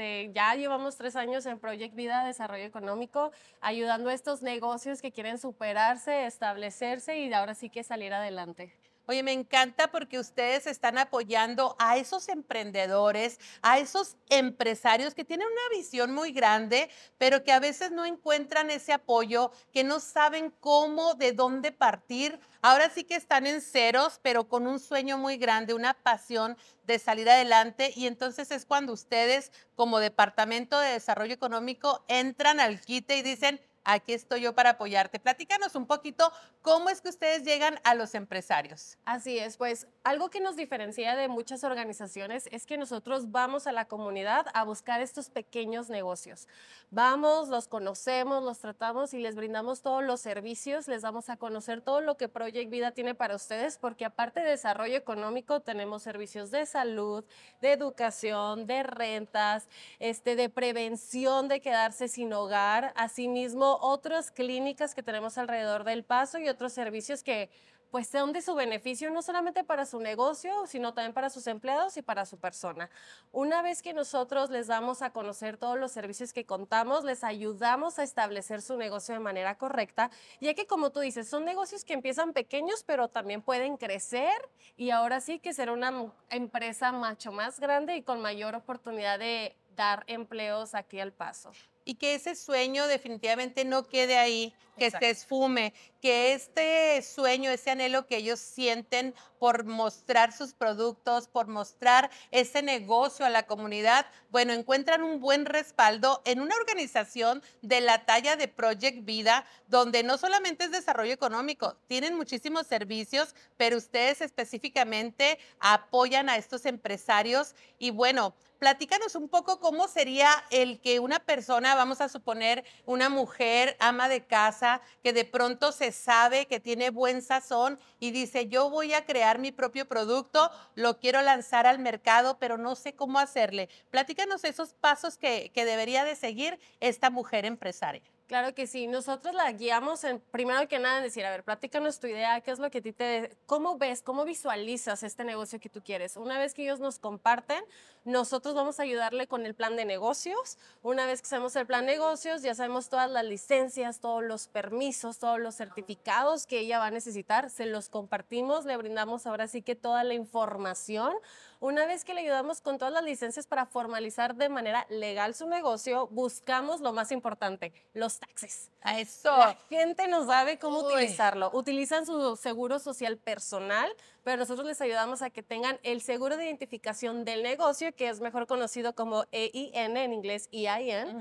Ya llevamos 3 años en Project Vida Desarrollo Económico, ayudando a estos negocios que quieren superarse, establecerse y ahora sí que salir adelante. Oye, me encanta porque ustedes están apoyando a esos emprendedores, a esos empresarios que tienen una visión muy grande, pero que a veces no encuentran ese apoyo, que no saben cómo, de dónde partir. Ahora sí que están en ceros, pero con un sueño muy grande, una pasión de salir adelante, y entonces es cuando ustedes, como Departamento de Desarrollo Económico, entran al quite y dicen: aquí estoy yo para apoyarte. Platícanos un poquito cómo es que ustedes llegan a los empresarios. Así es, pues algo que nos diferencia de muchas organizaciones es que nosotros vamos a la comunidad a buscar estos pequeños negocios. Vamos, los conocemos, los tratamos y les brindamos todos los servicios, les damos a conocer todo lo que Project Vida tiene para ustedes, porque aparte de desarrollo económico tenemos servicios de salud, de educación, de rentas, de prevención de quedarse sin hogar, asimismo otras clínicas que tenemos alrededor del Paso y otros servicios que pues son de su beneficio, no solamente para su negocio, sino también para sus empleados y para su persona. Una vez que nosotros les damos a conocer todos los servicios que contamos, les ayudamos a establecer su negocio de manera correcta, ya que, como tú dices, son negocios que empiezan pequeños, pero también pueden crecer y ahora sí que ser una empresa mucho más grande y con mayor oportunidad de dar empleos aquí al Paso. Y que ese sueño definitivamente no quede ahí, que se esfume, que este sueño, ese anhelo que ellos sienten por mostrar sus productos, por mostrar ese negocio a la comunidad, bueno, encuentran un buen respaldo en una organización de la talla de Project Vida, donde no solamente es desarrollo económico, tienen muchísimos servicios, pero ustedes específicamente apoyan a estos empresarios. Y bueno, platícanos un poco cómo sería el que una persona, vamos a suponer una mujer ama de casa, que de pronto se sabe que tiene buen sazón y dice: yo voy a crear mi propio producto, lo quiero lanzar al mercado, pero no sé cómo hacerle. Platícanos esos pasos que debería de seguir esta mujer empresaria. Claro que sí, nosotros la guiamos primero que nada en decir: a ver, platícanos tu idea, qué es lo que a ti cómo ves, cómo visualizas este negocio que tú quieres. Una vez que ellos nos comparten, nosotros vamos a ayudarle con el plan de negocios. Una vez que sabemos el plan de negocios, ya sabemos todas las licencias, todos los permisos, todos los certificados que ella va a necesitar, se los compartimos, le brindamos ahora sí que toda la información. Una vez que le ayudamos con todas las licencias para formalizar de manera legal su negocio, buscamos lo más importante, los taxes. A eso. La gente no sabe cómo utilizarlo. Utilizan su seguro social personal, pero nosotros les ayudamos a que tengan el seguro de identificación del negocio, que es mejor conocido como EIN, en inglés EIN.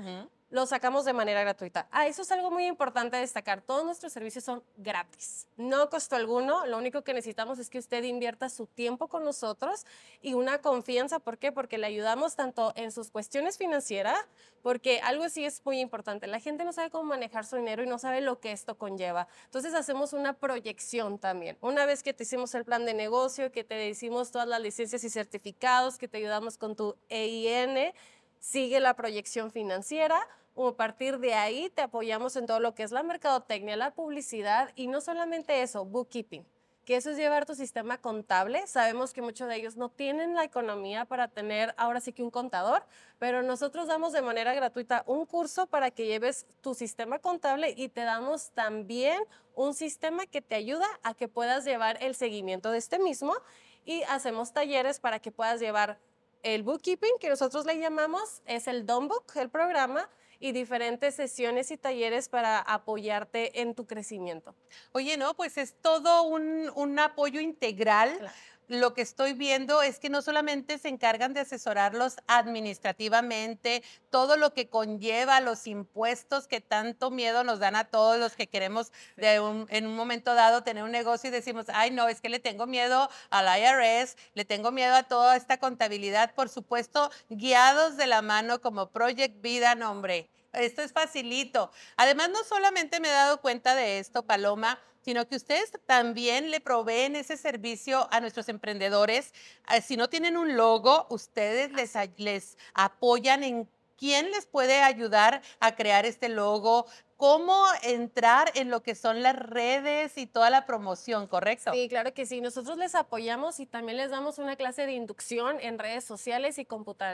lo sacamos de manera gratuita. Eso es algo muy importante a destacar. Todos nuestros servicios son gratis, no costo alguno. Lo único que necesitamos es que usted invierta su tiempo con nosotros y una confianza. ¿Por qué? Porque le ayudamos tanto en sus cuestiones financieras, porque algo sí es muy importante. La gente no sabe cómo manejar su dinero y no sabe lo que esto conlleva. Entonces hacemos una proyección también. Una vez que te hicimos el plan de negocio, que te hicimos todas las licencias y certificados, que te ayudamos con tu EIN, sigue la proyección financiera. A partir de ahí te apoyamos en todo lo que es la mercadotecnia, la publicidad y no solamente eso, bookkeeping, que eso es llevar tu sistema contable. Sabemos que muchos de ellos no tienen la economía para tener ahora sí que un contador, pero nosotros damos de manera gratuita un curso para que lleves tu sistema contable y te damos también un sistema que te ayuda a que puedas llevar el seguimiento de este mismo y hacemos talleres para que puedas llevar el bookkeeping, que nosotros le llamamos, es el Dumbook, el programa, y diferentes sesiones y talleres para apoyarte en tu crecimiento. Oye, no, pues es todo un apoyo integral. Claro. Lo que estoy viendo es que no solamente se encargan de asesorarlos administrativamente, todo lo que conlleva los impuestos que tanto miedo nos dan a todos los que queremos en un momento dado tener un negocio y decimos, ay no, es que le tengo miedo al IRS, le tengo miedo a toda esta contabilidad, por supuesto, guiados de la mano como Project Vida, no, hombre. Esto es facilito. Además, no solamente me he dado cuenta de esto, Paloma, sino que ustedes también le proveen ese servicio a nuestros emprendedores. Si no tienen un logo, ustedes les apoyan en quién les puede ayudar a crear este logo, cómo entrar en lo que son las redes y toda la promoción, ¿correcto? Sí, claro que sí. Nosotros les apoyamos y también les damos una clase de inducción en redes sociales y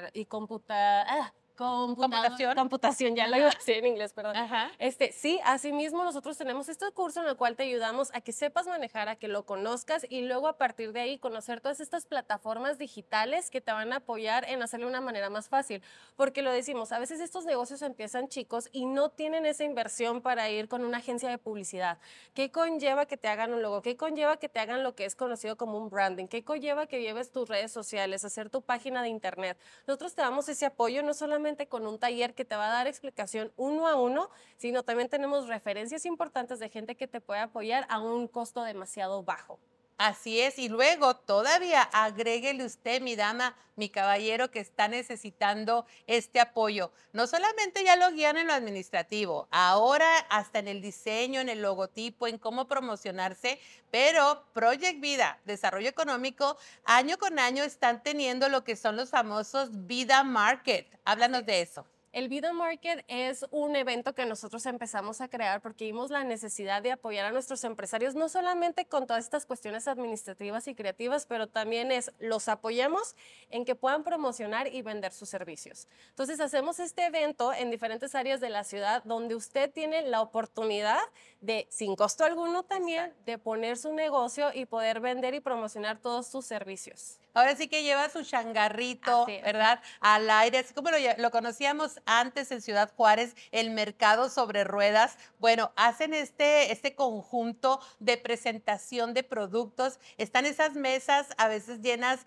computación, ya lo iba a decir en inglés, perdón. Ajá. Sí, asimismo nosotros tenemos este curso en el cual te ayudamos a que sepas manejar, a que lo conozcas y luego a partir de ahí conocer todas estas plataformas digitales que te van a apoyar en hacerlo de una manera más fácil. Porque lo decimos, a veces estos negocios empiezan chicos y no tienen esa inversión para ir con una agencia de publicidad. ¿Qué conlleva que te hagan un logo? ¿Qué conlleva que te hagan lo que es conocido como un branding? ¿Qué conlleva que lleves tus redes sociales, hacer tu página de internet? Nosotros te damos ese apoyo, no solamente con un taller que te va a dar explicación uno a uno, sino también tenemos referencias importantes de gente que te puede apoyar a un costo demasiado bajo. Así es, y luego todavía agréguele usted, mi dama, mi caballero, que está necesitando este apoyo. No solamente ya lo guían en lo administrativo, ahora hasta en el diseño, en el logotipo, en cómo promocionarse, pero Project Vida, Desarrollo Económico, año con año están teniendo lo que son los famosos Vida Market. Háblanos de eso. El Vida Market es un evento que nosotros empezamos a crear porque vimos la necesidad de apoyar a nuestros empresarios, no solamente con todas estas cuestiones administrativas y creativas, pero también los apoyamos en que puedan promocionar y vender sus servicios. Entonces hacemos este evento en diferentes áreas de la ciudad donde usted tiene la oportunidad de, sin costo alguno también, de poner su negocio y poder vender y promocionar todos sus servicios. Ahora sí que lleva su changarrito, ¿verdad? Al aire, así como lo conocíamos antes en Ciudad Juárez, el mercado sobre ruedas. Bueno, hacen este conjunto de presentación de productos. Están esas mesas a veces llenas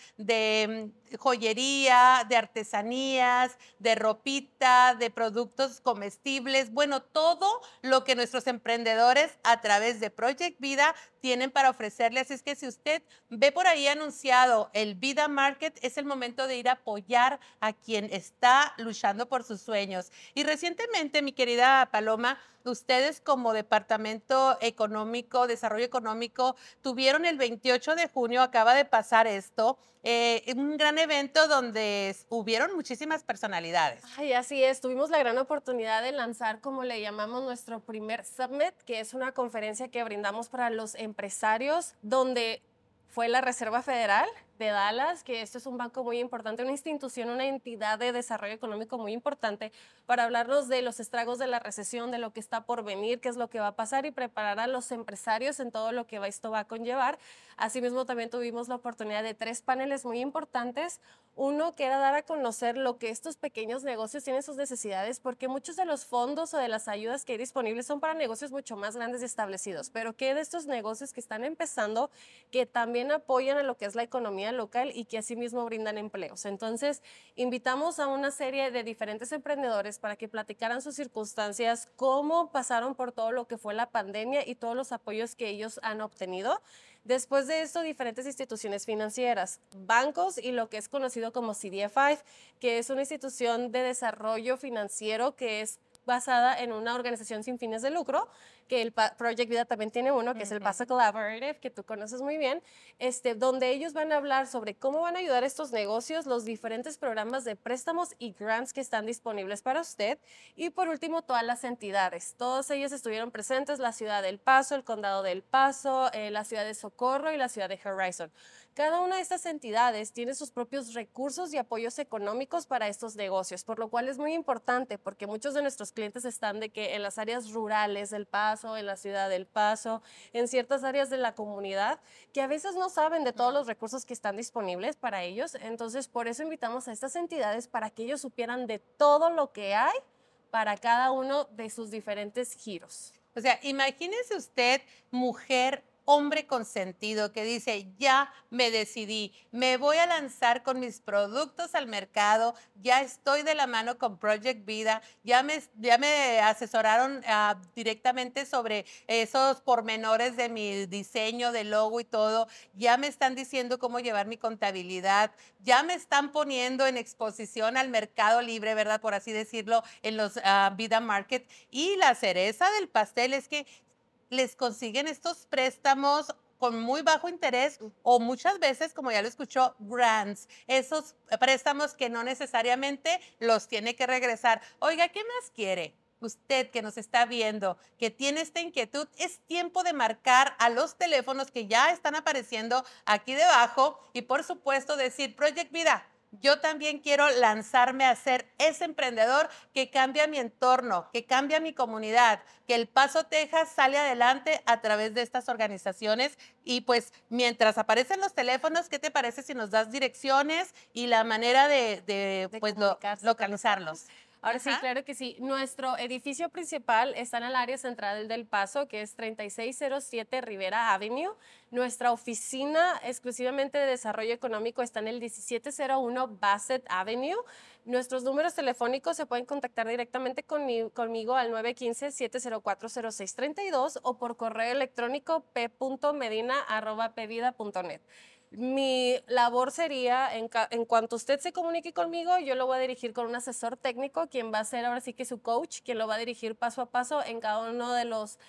de joyería, de artesanías, de ropita, de productos comestibles. Bueno, todo lo que nuestros emprendedores a través de Project Vida tienen para ofrecerles. Así es que si usted ve por ahí anunciado el Vida Market, es el momento de ir a apoyar a quien está luchando por sus sueños. Y recientemente, mi querida Paloma, ustedes como Departamento Económico, Desarrollo Económico, tuvieron el 28 de junio, acaba de pasar esto, un gran evento donde hubieron muchísimas personalidades. Ay, así es, tuvimos la gran oportunidad de lanzar, como le llamamos, nuestro primer Summit, que es una conferencia que brindamos para los empresarios, donde fue la Reserva Federal de Dallas, que esto es un banco muy importante, una institución, una entidad de desarrollo económico muy importante para hablarnos de los estragos de la recesión, de lo que está por venir, qué es lo que va a pasar y preparar a los empresarios en todo lo que esto va a conllevar. Asimismo, también tuvimos la oportunidad de 3 paneles muy importantes. Uno que era dar a conocer lo que estos pequeños negocios tienen sus necesidades, porque muchos de los fondos o de las ayudas que hay disponibles son para negocios mucho más grandes y establecidos, pero que de estos negocios que están empezando, que también apoyan a lo que es la economía economía local y que asimismo brindan empleos. Entonces, invitamos a una serie de diferentes emprendedores para que platicaran sus circunstancias, cómo pasaron por todo lo que fue la pandemia y todos los apoyos que ellos han obtenido. Después de esto, diferentes instituciones financieras, bancos y lo que es conocido como CDFI, que es una institución de desarrollo financiero que es basada en una organización sin fines de lucro, que el Project Vida también tiene uno, que es el Paso Collaborative, que tú conoces muy bien, donde ellos van a hablar sobre cómo van a ayudar a estos negocios, los diferentes programas de préstamos y grants que están disponibles para usted. Y por último, todas las entidades. Todas ellas estuvieron presentes, la ciudad del Paso, el condado del Paso, la ciudad de Socorro y la ciudad de Horizon. Cada una de estas entidades tiene sus propios recursos y apoyos económicos para estos negocios, por lo cual es muy importante porque muchos de nuestros clientes están de que en las áreas rurales del Paso, en la ciudad del Paso, en ciertas áreas de la comunidad, que a veces no saben de todos los recursos que están disponibles para ellos. Entonces, por eso invitamos a estas entidades para que ellos supieran de todo lo que hay para cada uno de sus diferentes giros. O sea, imagínese usted, mujer, hombre consentido, que dice, ya me decidí, me voy a lanzar con mis productos al mercado, ya estoy de la mano con Project Vida, ya me asesoraron directamente sobre esos pormenores de mi diseño, de logo y todo, ya me están diciendo cómo llevar mi contabilidad, ya me están poniendo en exposición al mercado libre, ¿verdad? Por así decirlo, en los Vida Market. Y la cereza del pastel es que les consiguen estos préstamos con muy bajo interés o muchas veces, como ya lo escuchó, grants, esos préstamos que no necesariamente los tiene que regresar. Oiga, ¿qué más quiere? Usted que nos está viendo, que tiene esta inquietud, es tiempo de marcar a los teléfonos que ya están apareciendo aquí debajo y por supuesto decir, Project Vida, yo también quiero lanzarme a ser ese emprendedor que cambia mi entorno, que cambia mi comunidad, que El Paso, Texas sale adelante a través de estas organizaciones. Y pues mientras aparecen los teléfonos, ¿qué te parece si nos das direcciones y la manera de pues, localizarlos? Ahora sí, claro que sí. Nuestro edificio principal está en el área central del Paso, que es 3607 Rivera Avenue. Nuestra oficina exclusivamente de desarrollo económico está en el 1701 Bassett Avenue. Nuestros números telefónicos se pueden contactar directamente conmigo al 915-704-0632 o por correo electrónico p.medina@pvida.net. Mi labor sería, en cuanto usted se comunique conmigo, yo lo voy a dirigir con un asesor técnico, quien va a ser ahora sí que su coach, quien lo va a dirigir paso a paso en cada uno de los,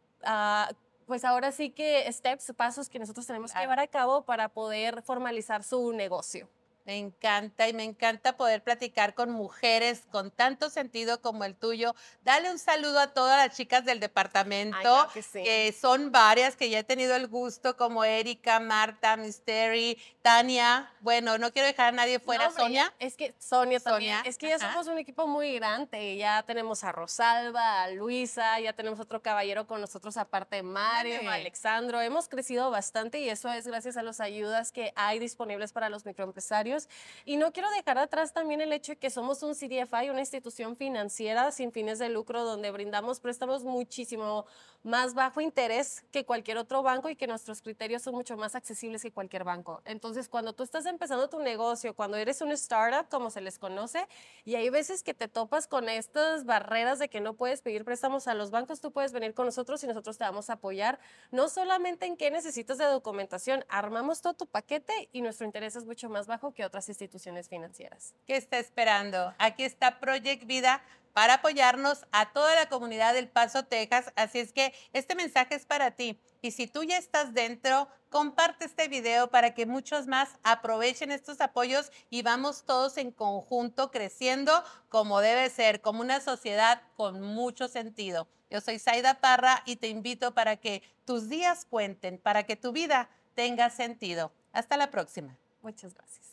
pues ahora sí que pasos que nosotros tenemos que llevar a cabo para poder formalizar su negocio. Me encanta y me encanta poder platicar con mujeres con tanto sentido como el tuyo. Dale un saludo a todas las chicas del departamento, claro que sí, que son varias que ya he tenido el gusto, como Erika, Marta, Misteri, Tania. Bueno, no quiero dejar a nadie fuera. No, Sonia. Es que Sonia también. Es que ya somos un equipo muy grande. Ya tenemos a Rosalba, a Luisa, ya tenemos otro caballero con nosotros aparte de Mario, Alexandro. Hemos crecido bastante y eso es gracias a las ayudas que hay disponibles para los microempresarios. Y no quiero dejar atrás también el hecho de que somos un CDFI, una institución financiera sin fines de lucro, donde brindamos préstamos muchísimo más bajo interés que cualquier otro banco y que nuestros criterios son mucho más accesibles que cualquier banco. Entonces, cuando tú estás empezando tu negocio, cuando eres un startup, como se les conoce, y hay veces que te topas con estas barreras de que no puedes pedir préstamos a los bancos, tú puedes venir con nosotros y nosotros te vamos a apoyar, no solamente en qué necesitas de documentación, armamos todo tu paquete y nuestro interés es mucho más bajo que otras instituciones financieras. ¿Qué está esperando? Aquí está Project Vida para apoyarnos a toda la comunidad del Paso, Texas. Así es que este mensaje es para ti. Y si tú ya estás dentro, comparte este video para que muchos más aprovechen estos apoyos y vamos todos en conjunto creciendo como debe ser, como una sociedad con mucho sentido. Yo soy Zaida Parra y te invito para que tus días cuenten, para que tu vida tenga sentido. Hasta la próxima. Muchas gracias.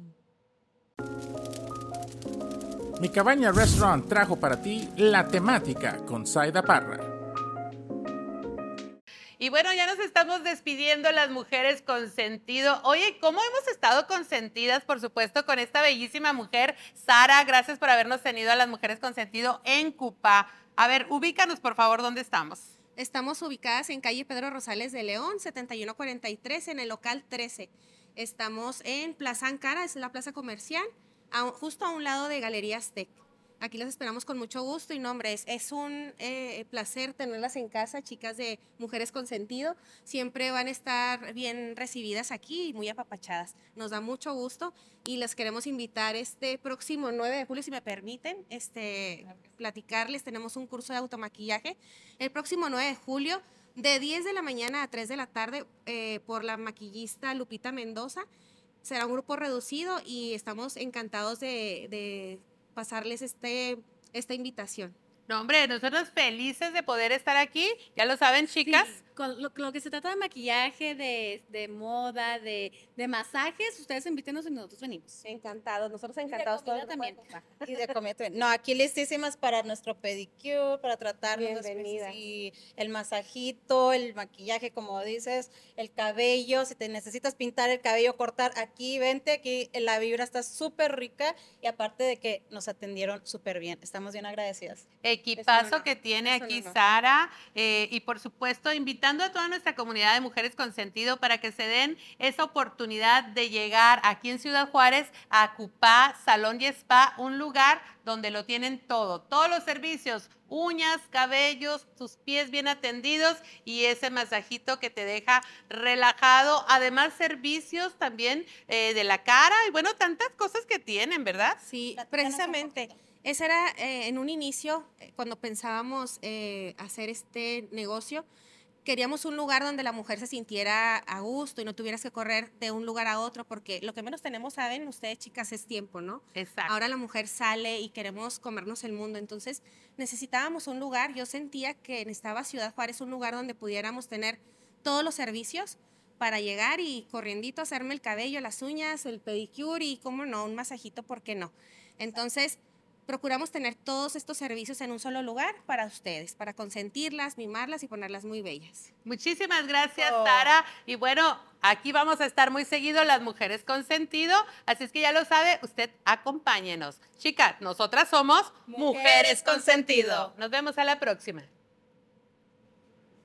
Mi Cabaña Restaurant trajo para ti la temática con Zaida Parra. Y bueno, ya nos estamos despidiendo las mujeres con sentido. Oye, ¿cómo hemos estado consentidas, por supuesto, con esta bellísima mujer? Sara, gracias por habernos tenido a las mujeres con sentido en Cupá. A ver, ubícanos, por favor, ¿dónde estamos? Estamos ubicadas en calle Pedro Rosales de León, 7143, en el local 13. Estamos en Plaza Ankara, es la plaza comercial, justo a un lado de Galerías Tech. Aquí las esperamos con mucho gusto y no, hombre, es un placer tenerlas en casa, chicas de Mujeres con Sentido. Siempre van a estar bien recibidas aquí y muy apapachadas. Nos da mucho gusto y las queremos invitar este próximo 9 de julio, si me permiten, platicarles. Tenemos un curso de automaquillaje el próximo 9 de julio, de 10 de la mañana a 3 de la tarde, por la maquillista Lupita Mendoza. Será un grupo reducido y estamos encantados de pasarles esta invitación. No, hombre, nosotros felices de poder estar aquí. Ya lo saben, chicas. Sí, con lo que se trata de maquillaje, de moda, de masajes, ustedes invítenos y nosotros venimos. Encantados, nosotros encantados. Y de comida también. Y de comida también. No, aquí listísimas para nuestro pedicure, para tratarnos. Bienvenidas. Y el masajito, el maquillaje, como dices, el cabello. Si te necesitas pintar el cabello, cortar, aquí, vente, aquí la vibra está súper rica y aparte de que nos atendieron súper bien. Estamos bien agradecidas. Equipazo que tiene aquí Sara, y por supuesto invitando a toda nuestra comunidad de Mujeres con Sentido para que se den esa oportunidad de llegar aquí en Ciudad Juárez a Cupá Salón y Spa, un lugar donde lo tienen todo, todos los servicios, uñas, cabellos, tus pies bien atendidos y ese masajito que te deja relajado, además servicios también de la cara y bueno, tantas cosas que tienen, ¿verdad? Sí, precisamente. Ese era en un inicio, cuando pensábamos hacer este negocio, queríamos un lugar donde la mujer se sintiera a gusto y no tuvieras que correr de un lugar a otro, porque lo que menos tenemos, saben ustedes, chicas, es tiempo, ¿no? Exacto. Ahora la mujer sale y queremos comernos el mundo, entonces necesitábamos un lugar. Yo sentía que necesitaba Ciudad Juárez un lugar donde pudiéramos tener todos los servicios para llegar y corriendito hacerme el cabello, las uñas, el pedicure y, cómo no, un masajito, ¿por qué no? Entonces, procuramos tener todos estos servicios en un solo lugar para ustedes, para consentirlas, mimarlas y ponerlas muy bellas. Muchísimas gracias, Sara. Y bueno, aquí vamos a estar muy seguido las Mujeres con Sentido, así es que ya lo sabe, usted acompáñenos. Chicas, nosotras somos Mujeres con Sentido. Nos vemos a la próxima.